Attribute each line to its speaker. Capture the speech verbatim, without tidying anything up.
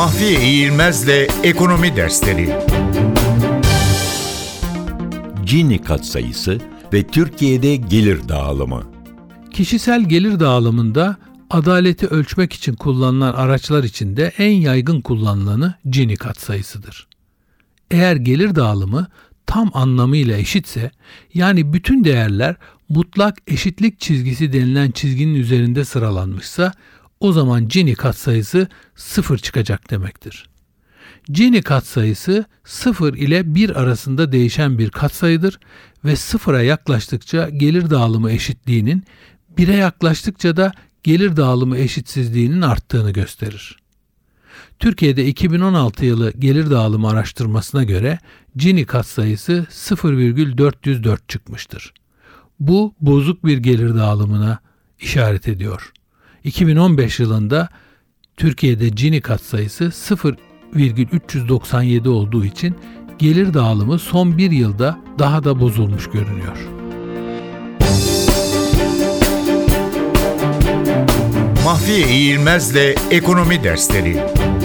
Speaker 1: Mahfiye İğilmez'le Ekonomi Dersleri
Speaker 2: Gini katsayısı ve Türkiye'de gelir dağılımı.
Speaker 3: Kişisel gelir dağılımında adaleti ölçmek için kullanılan araçlar içinde en yaygın kullanılanı Gini katsayısıdır. Eğer gelir dağılımı tam anlamıyla eşitse, yani bütün değerler mutlak eşitlik çizgisi denilen çizginin üzerinde sıralanmışsa, o zaman Gini katsayısı sıfır çıkacak demektir. Gini katsayısı sıfır ile bir arasında değişen bir katsayıdır ve sıfıra yaklaştıkça gelir dağılımı eşitliğinin, bire yaklaştıkça da gelir dağılımı eşitsizliğinin arttığını gösterir. Türkiye'de iki bin on altı yılı gelir dağılımı araştırmasına göre Gini katsayısı sıfır virgül dört yüz dört çıkmıştır. Bu bozuk bir gelir dağılımına işaret ediyor. iki bin on beş yılında Türkiye'de Gini katsayısı sıfır virgül üç yüz doksan yedi olduğu için gelir dağılımı son bir yılda daha da bozulmuş görünüyor.
Speaker 1: Mahfiye İğilmez'le Ekonomi Dersleri